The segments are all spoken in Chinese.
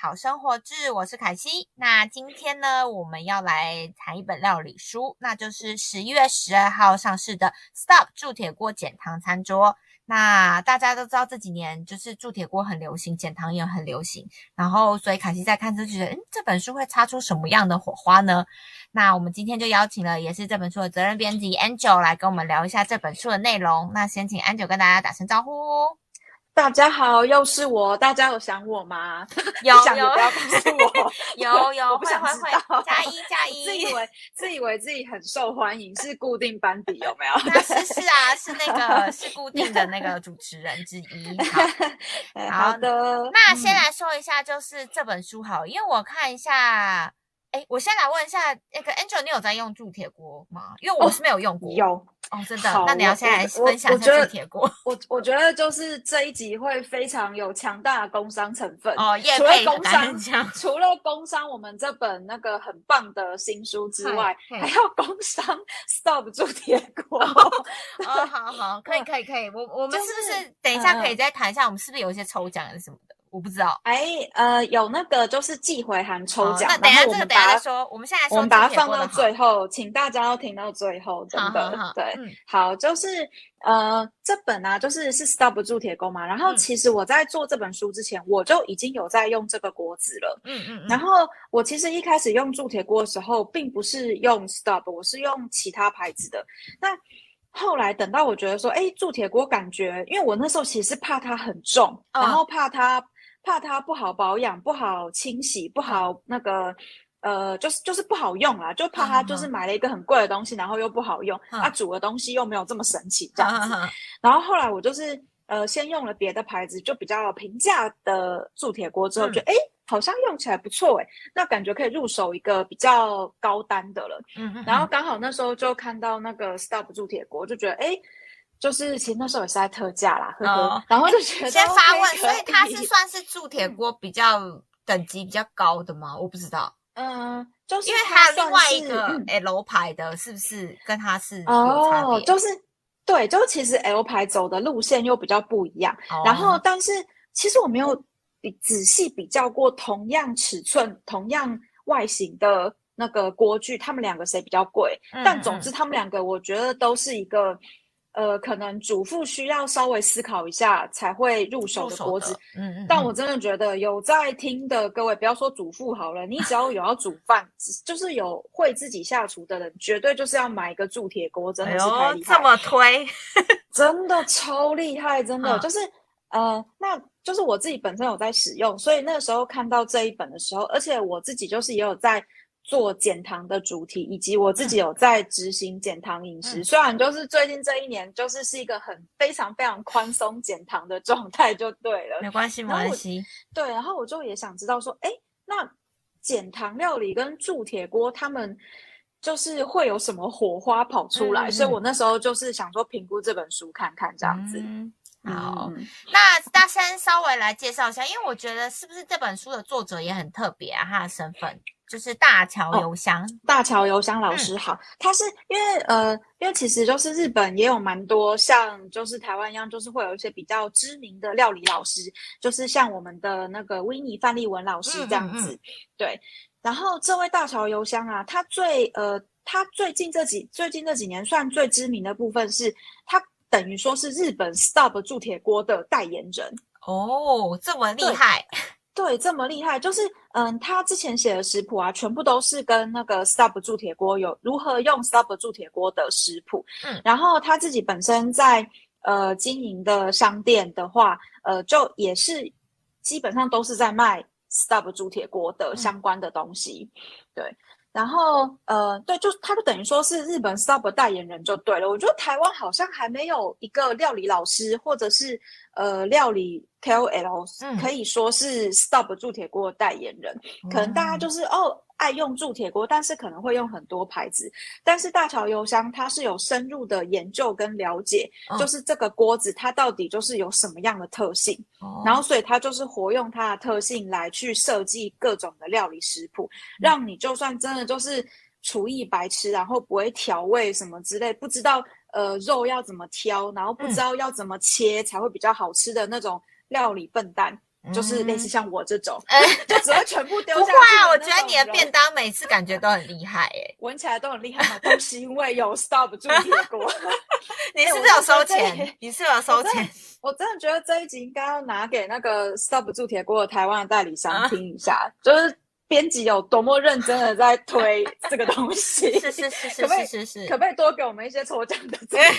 好生活志，我是凯西。那今天呢，我们要来谈一本料理书，那就是11月12号上市的 Stop 铸铁锅减糖餐桌。那大家都知道这几年就是铸铁锅很流行，减糖也很流行，然后所以凯西在看就觉得这本书会擦出什么样的火花呢？那我们今天就邀请了也是这本书的责任编辑 Angel 来跟我们聊一下这本书的内容。那先请 Angel 跟大家打声招呼。 大家好，又是我，大家有想我吗？ 有想也不要告诉我。 有我不想知道。 加一自以为自己很受欢迎，是固定班底有没有？ 那是那个是固定的那个主持人之一。 好的， 那先来说一下就是这本书好，因为我看一下。我先来问一下那个 Angel， 你有在用铸铁锅吗？因为我是没有用过。 有真的。那你要先来分享一下铸铁锅。 我觉得就是这一集会非常有强大的工商成分。除了工商我们这本那个很棒的新书之外，还要工商 Stop 铸铁锅。 好，可以。我们是不是等一下可以再谈一下，我们是不是有一些抽奖什么的？我不知道。 有那个就是寄回函抽奖。 那等一下这个等一下再说，我们现在说我们把它放到最后，请大家要听到最后，真的。 好对，好，就是这本啊，就是 Stop 铸铁锅嘛。然后其实我在做这本书之前，我就已经有在用这个锅子了。然后我其实一开始用铸铁锅的时候，并不是用 Stop， 我是用其他牌子的。那后来等到我觉得说，铸铁锅感觉，因为我那时候其实是怕它很重，然后怕它不好保养、不好清洗、不好那个就是不好用啦，就怕它就是买了一个很贵的东西，然后又不好用，煮的东西又没有这么神奇这样子。然后后来我就是先用了别的牌子，就比较平价的铸铁锅之后，觉得好像用起来不错那感觉可以入手一个比较高单的了。然后刚好那时候就看到那个 Stop 铸铁锅，就觉得就是其实那时候也是在特价啦，然后就觉得先发问，所以它是算是铸铁锅比较等级比较高的吗？我不知道。 就是因为还有另外一个 L 牌的，是不是跟它是有差别？ 就是其实 L 牌走的路线又比较不一样。然后但是其实我没有仔细比较过同样尺寸、同样外形的那个锅具，他们两个谁比较贵？但总之他们两个我觉得都是一个可能主妇需要稍微思考一下才会入手的锅子。但我真的觉得有在听的各位，不要说主妇好了，你只要有要煮饭，就是有会自己下厨的人，绝对就是要买一个铸铁锅，真的是太厉害。 这么推。 真的超厉害，真的就是那就是我自己本身有在使用，所以那个时候看到这一本的时候，而且我自己就是也有在做减糖的主题，以及我自己有在执行减糖饮食。虽然就是最近这一年就是一个非常非常宽松减糖的状态就对了。 没关系。 对，然后我就也想知道说那减糖料理跟铸铁锅他们就是会有什么火花跑出来。所以我那时候就是想说评估这本书看看这样子。 好，那大家先稍微来介绍一下，因为我觉得是不是这本书的作者也很特别啊？他的身份就是大桥由香。 大桥由香老师好，他是因为其实就是日本也有蛮多像就是台湾一样，就是会有一些比较知名的料理老师，就是像我们的那个维尼范丽文老师这样子。对，然后这位大桥由香啊，他最近这几年算最知名的部分是他等于说是日本 Stop 铸铁锅的代言人。 这么厉害。 对，这么厉害，就是他之前写的食谱啊，全部都是跟那个 Stop 铸铁锅有如何用 Stop 铸铁锅的食谱。然后他自己本身在经营的商店的话，就也是基本上都是在卖 Stop 铸铁锅的相关的东西。对。然后对，他就等于说是日本 Stop 代言人就对了。我觉得台湾好像还没有一个料理老师或者是料理 KOL 可以说是 Stop 铸铁锅的代言人。可能大家就是爱用铸铁锅，但是可能会用很多牌子。但是大桥由香它是有深入的研究跟了解，就是这个锅子它到底就是有什么样的特性。然后所以它就是活用它的特性来去设计各种的料理食谱，让你就算真的就是厨艺白痴，然后不会调味什么之类，不知道肉要怎么挑，然后不知道要怎么切才会比较好吃的那种料理笨蛋， 就是类似像我这种，就只会全部丢下去。 不会啊，我觉得你的便当每次感觉都很厉害闻起来都很厉害嘛，都是因为有 Stop 铸铁锅。 你是不是有收钱？你是不是有收钱？ 我真的觉得这一集应该要拿给那个 Stop 铸铁锅的台湾的代理商听一下，就是编辑有多么认真的在推这个东西。 是， 可不可以多给我们一些抽奖的奖励？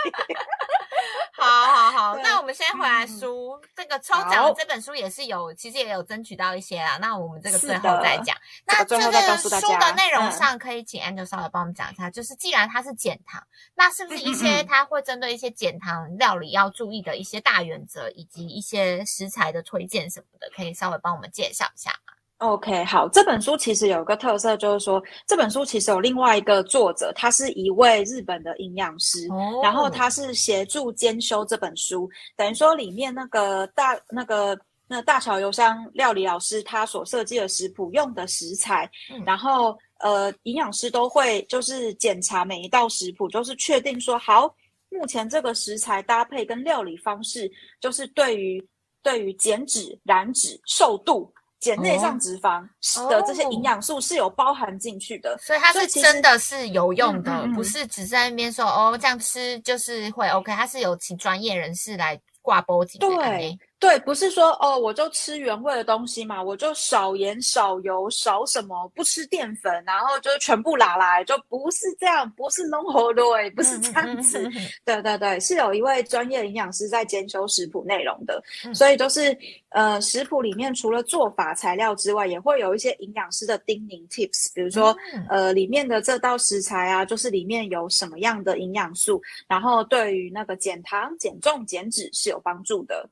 好，那我们先回来书，这个抽奖的这本书也是其实也有争取到一些啦。那我们这个最后再讲。那这个书的内容上，可以请 Angel 稍微帮我们讲一下，就是既然它是减糖，那是不是一些它会针对一些减糖料理要注意的一些大原则，以及一些食材的推荐什么的，可以稍微帮我们介绍一下吗 ？OK， 好，这本书其实有一个特色，就是说这本书其实有另外一个作者，他是一位日本的营养师，然后他是协助监修这本书，等于说里面那大桥油香料理老师他所设计的食谱用的食材，然后营养师都会就是检查每一道食谱，就是确定说好，目前这个食材搭配跟料理方式，就是对于减脂、燃脂、瘦度。减内脏脂肪的这些营养素是有包含进去的， 所以它是真的是有用的，不是只在那边说这样吃就是会 OK， 它是有请专业人士来挂钩进去。 对，不是说我就吃原味的东西嘛，我就少盐少油少什么，不吃淀粉，然后就全部拿来，就不是这样，不是弄好对，不是这样子。对，是有一位专业营养师在监修食谱内容的，所以就是食谱里面除了做法材料之外，也会有一些营养师的叮咛 tips， 比如说里面的这道食材啊，就是里面有什么样的营养素，然后对于那个减糖、减重、减脂是有帮助的。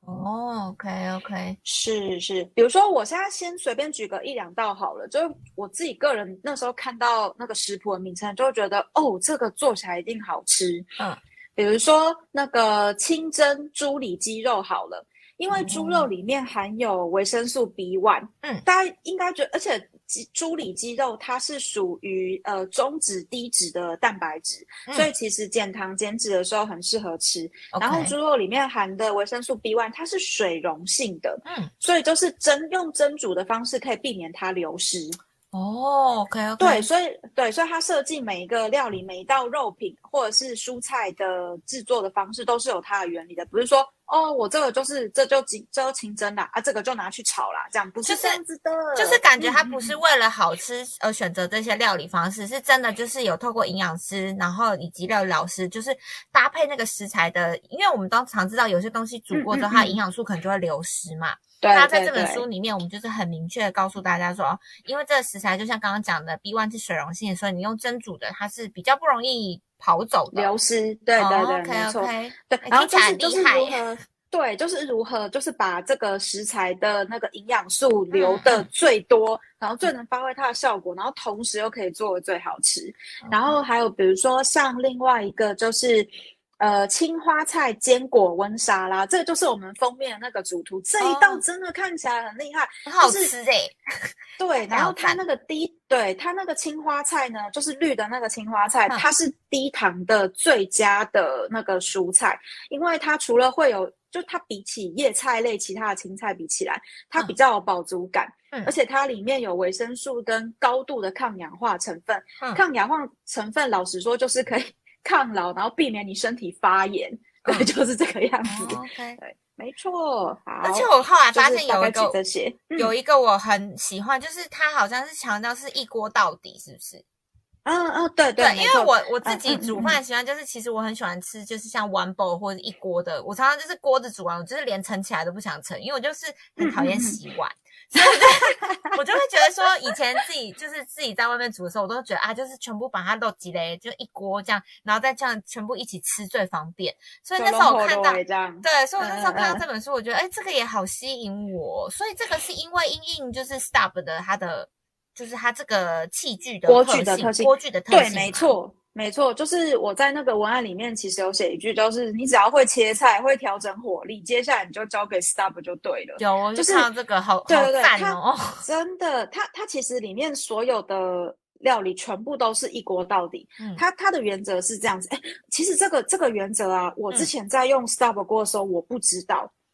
OK， 是，比如说我现在先随便举个1-2道好了，就是我自己个人那时候看到那个食谱的名称，就会觉得这个做起来一定好吃。比如说那个清蒸猪里脊肉好了，因为猪肉里面含有维生素 B1，大家应该觉得，而且猪里脊肉它是属于中脂低脂的蛋白质，所以其实减糖减脂的时候很适合吃。然后猪肉里面含的维生素 B1 它是水溶性的，所以就是用蒸煮的方式可以避免它流失。 OK， 对，所以它设计每一个料理、每一道肉品或者是蔬菜的制作的方式都是有它的原理的，不是说我这个就是这就清蒸啦，这个就拿去炒啦，这样不是这样子的。 就是感觉它不是为了好吃而选择这些料理方式，是真的就是有透过营养师，然后以及料理老师，就是搭配那个食材的，因为我们都常知道有些东西煮过之后，它的营养素可能就会流失嘛。那在这本书里面，我们就是很明确的告诉大家说，因为这个食材就像刚刚讲的 B1 是水溶性，所以你用蒸煮的，它是比较不容易跑走的流失。对，没错。对，然后就是如何。对，就是如何，就是把这个食材的那个营养素留的最多，然后最能发挥它的效果，然后同时又可以做的最好吃。然后还有比如说像另外一个就是青花菜坚果温沙拉，这个就是我们封面的那个主图，这一道真的看起来很厉害， 很好吃对，然后它那个它那个青花菜呢，就是绿的那个青花菜，它是低糖的最佳的那个蔬菜，因为它除了会有，就它比起叶菜类其他的青菜比起来，它比较有饱足感，而且它里面有维生素跟高度的抗氧化成分，抗氧化成分老实说就是可以抗老，然后避免你身体发炎，对，就是这个样子。 OK， 对，没错。好， 而且我后来发现有一个我很喜欢，就是它好像是强调是一锅到底，是不是？ 对， 因为我自己煮饭喜欢，就是其实我很喜欢吃，就是像 one bowl 或者一锅的，我常常就是锅子煮完，我就是连盛起来都不想盛，因为我就是很讨厌洗碗。所以我就会觉得说，以前自己在外面煮的时候，我都觉得就是全部把它都积累，就一锅这样，然后再这样全部一起吃最方便。所以那时候我看到，对，所以我那时候看到这本书，我觉得这个也好吸引我。所以这个是因为因应就是 Stop 的它的就是它这个器具的锅具的特性， 对， 没错，就是我在那个文案里面其实有写一句，就是你只要会切菜，会调整火力，接下来你就交给 Stop 就对了。 有，我就是看到这个好对赞哦！ 真的，它其实里面所有的料理全部都是一锅到底。它的原则是这样子。其实这个原则啊，我之前在用 Stop 锅的时候我不知道。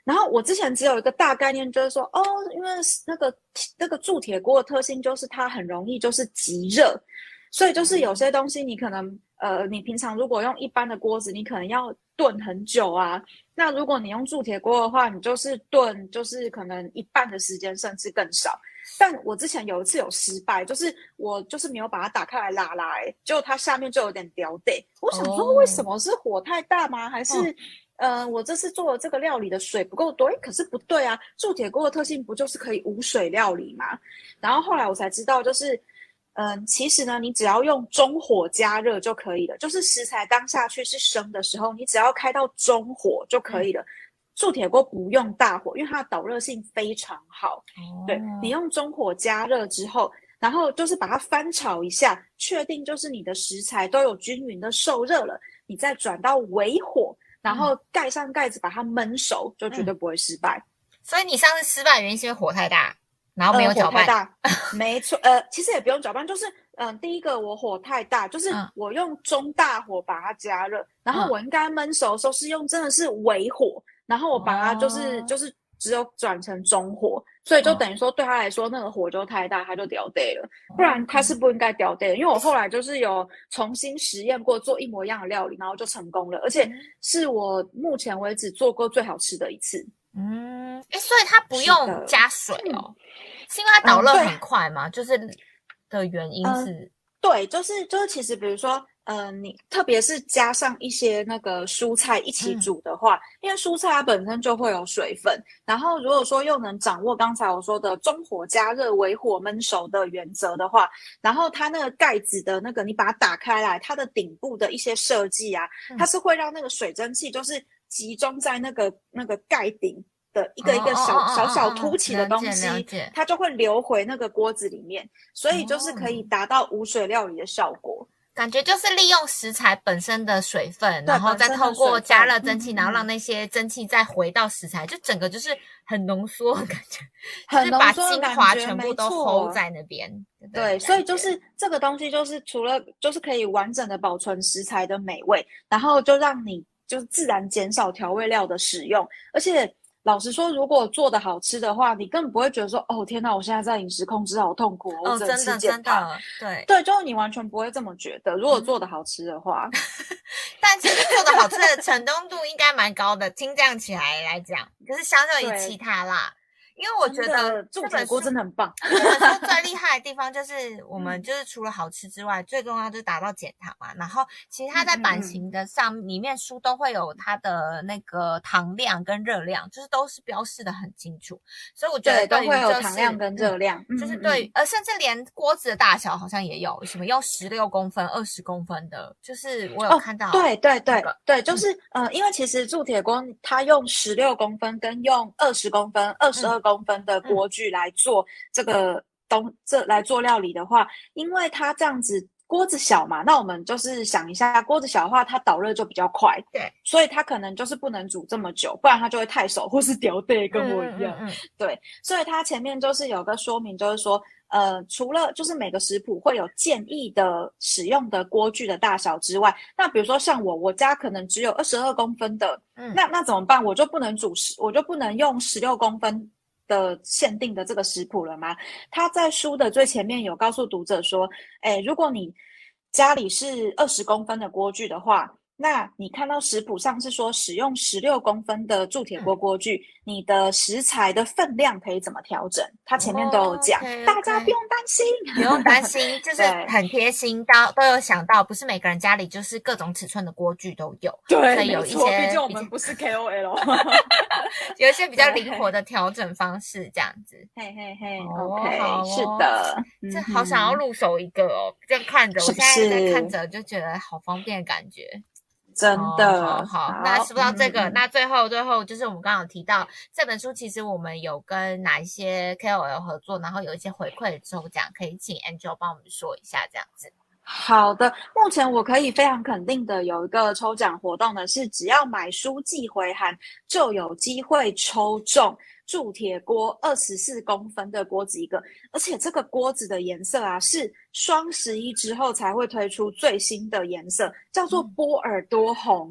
然后我之前只有一个大概念，就是说因为那个铸铁锅的特性就是它很容易就是极热，所以就是有些东西你可能你平常如果用一般的锅子，你可能要炖很久啊。那如果你用铸铁锅的话，你就是炖就是可能一半的时间甚至更少。但我之前有一次有失败，就是我就是没有把它打开来拉，结果它下面就有点掉底。我想说为什么是火太大吗？还是我这次做的这个料理的水不够多？可是不对啊，铸铁锅的特性不就是可以无水料理吗？然后后来我才知道，就是其实呢，你只要用中火加热就可以了。就是食材刚下去是生的时候，你只要开到中火就可以了。铸铁锅不用大火，因为它的导热性非常好。对，你用中火加热之后，然后就是把它翻炒一下，确定就是你的食材都有均匀的受热了，你再转到微火，然后盖上盖子把它焖熟，就绝对不会失败。 所以你上次失败的原因是因为火太大，然后没有搅拌。 火太大，没错。其实也不用搅拌，就是第一个我火太大，就是我用中大火把它加热，然后我应该焖熟的时候是用真的是微火，然后我把它就是只有转成中火，所以就等于说对他来说那个火就太大，他就掉底了。不然他是不应该掉底的，因为我后来就是有重新实验过做一模一样的料理，然后就成功了，而且是我目前为止做过最好吃的一次。 所以它不用加水哦，是因为它导热很快吗？就是的原因是？ 对，就是其实比如说你特别是加上一些那个蔬菜一起煮的话，因为蔬菜它本身就会有水分，然后如果说又能掌握刚才我说的中火加热、微火焖熟的原则的话，然后它那个盖子的那个你把它打开来，它的顶部的一些设计啊，它是会让那个水蒸气就是集中在那个盖顶的一个小凸起的东西，它就会流回那个锅子里面，所以就是可以达到无水料理的效果。 感觉就是利用食材本身的水分，然后再透过加热蒸汽，然后让那些蒸汽再回到食材，就整个就是很浓缩的感觉， 很浓缩的感觉，就是把精华全部都 hold 在那边。 对，所以就是这个东西就是除了就是可以完整的保存食材的美味，然后就让你就是自然减少调味料的使用，而且老实说，如果做的好吃的话，你根本不会觉得说，天哪，我现在在饮食控制好痛苦，我只能吃健康。对，就是你完全不会这么觉得。如果做的好吃的话， 但其实做的好吃的成功度应该蛮高的，听这样起来讲，可是相较于其他啦。因为我觉得铸铁锅真的很棒。 这本书最厉害的地方就是我们就是除了好吃之外，最重要就是达到减糖嘛。然后其实它在版型的里面书都会有它的那个糖量跟热量，就是都是标示的很清楚。所以我觉得都会有糖量跟热量， 就是对，甚至连锅子的大小好像也有什么用16公分、20公分的，就是我有看到。 对，就是因为其实铸铁锅它用16公分跟用20公分、22公分的锅具来做来做料理的话，因为它这样子锅子小嘛，那我们就是想一下，锅子小的话，它导热就比较快， 对， 所以它可能就是不能煮这么久，不然它就会太熟或是掉底，跟我一样。对，所以它前面就是有个说明，就是说除了就是每个食谱会有建议的使用的锅具的大小之外，那比如说像我家可能只有22公分的，那怎么办？我就不能用16公分的限定的这个食谱了吗？他在书的最前面有告诉读者说，如果你家里是20公分的锅具的话，那你看到食谱上是说使用16公分的铸铁锅具，你的食材的分量可以怎么调整？它前面都有讲，大家不用担心， 不用担心，就是很贴心，都有想到，不是每个人家里就是各种尺寸的锅具都有， 对， 所以有一些， 毕竟我们不是 KOL， 有一些比较灵活的调整方式，这样子。 嘿，OK，是的， 这好想要入手一个哦，这样看着，我现在在看着就觉得好方便的感觉。 真的好，那说到这个，那最后就是我们刚刚有提到这本书，其实我们有跟哪一些 KOL 合作，然后有一些回馈的抽奖，可以请 Angel 帮我们说一下，这样子。 好的，目前我可以非常肯定的有一个抽奖活动呢，是只要买书寄回函就有机会抽中铸铁锅24公分的锅子一个，而且这个锅子的颜色啊是双11之后才会推出最新的颜色，叫做波尔多红。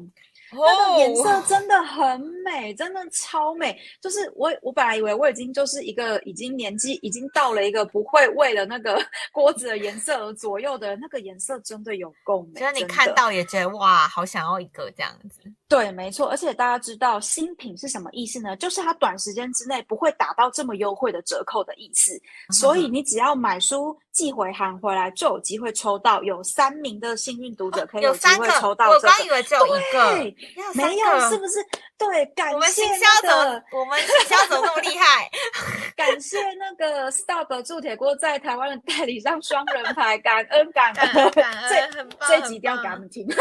那个颜色真的很美，真的超美。就是我本来以为我已经就是一个已经年纪已经到了一个不会为了那个锅子的颜色而左右的人，那个颜色真的有够美。 就是你看到也觉得哇，好想要一个这样子。 对，没错。而且大家知道新品是什么意思呢？就是它短时间之内不会打到这么优惠的折扣的意思。所以你只要买书寄回函回来，就有机会抽到，有3名的幸运读者可以有机会抽到这个。 我刚以为只有一个， 没有，是不是？对，感谢我们行销怎么那么厉害？ 感谢那个 Stop 铸铁锅在台湾的代理商双人牌，感恩，这集一定要给他们听。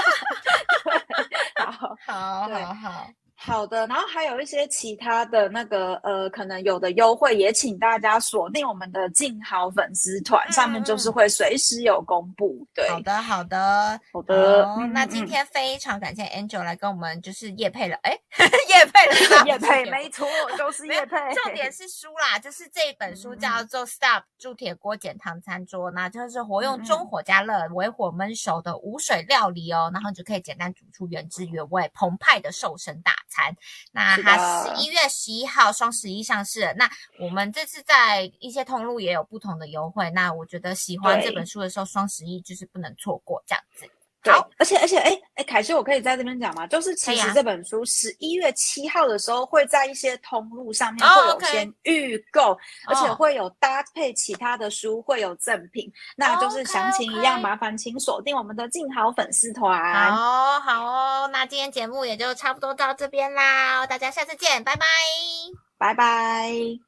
好的，然后还有一些其他的那个可能有的优惠，也请大家锁定我们的静好粉丝团，上面就是会随时有公布。对， 好的。那今天非常感谢 Angel 来跟我们就是业配了，业配， 没错，就是业配。 重点是书啦，就是这本书叫做 Stop 铸铁锅减糖餐桌，那就是活用中火加热微火焖熟的无水料理哦，然后你就可以简单煮出原汁原味澎湃的瘦身大餐。那它11月11号双11上市了，那我们这次在一些通路也有不同的优惠，那我觉得喜欢这本书的时候双11就是不能错过这样子。 好，而且凯西，我可以在这边讲吗？就是其实这本书11月7号的时候会在一些通路上面会有先预购，而且会有搭配其他的书会有赠品，那就是详情一样，麻烦请锁定我们的静好粉丝团。 好哦，那今天节目也就差不多到这边啦，大家下次见，拜拜， 拜拜。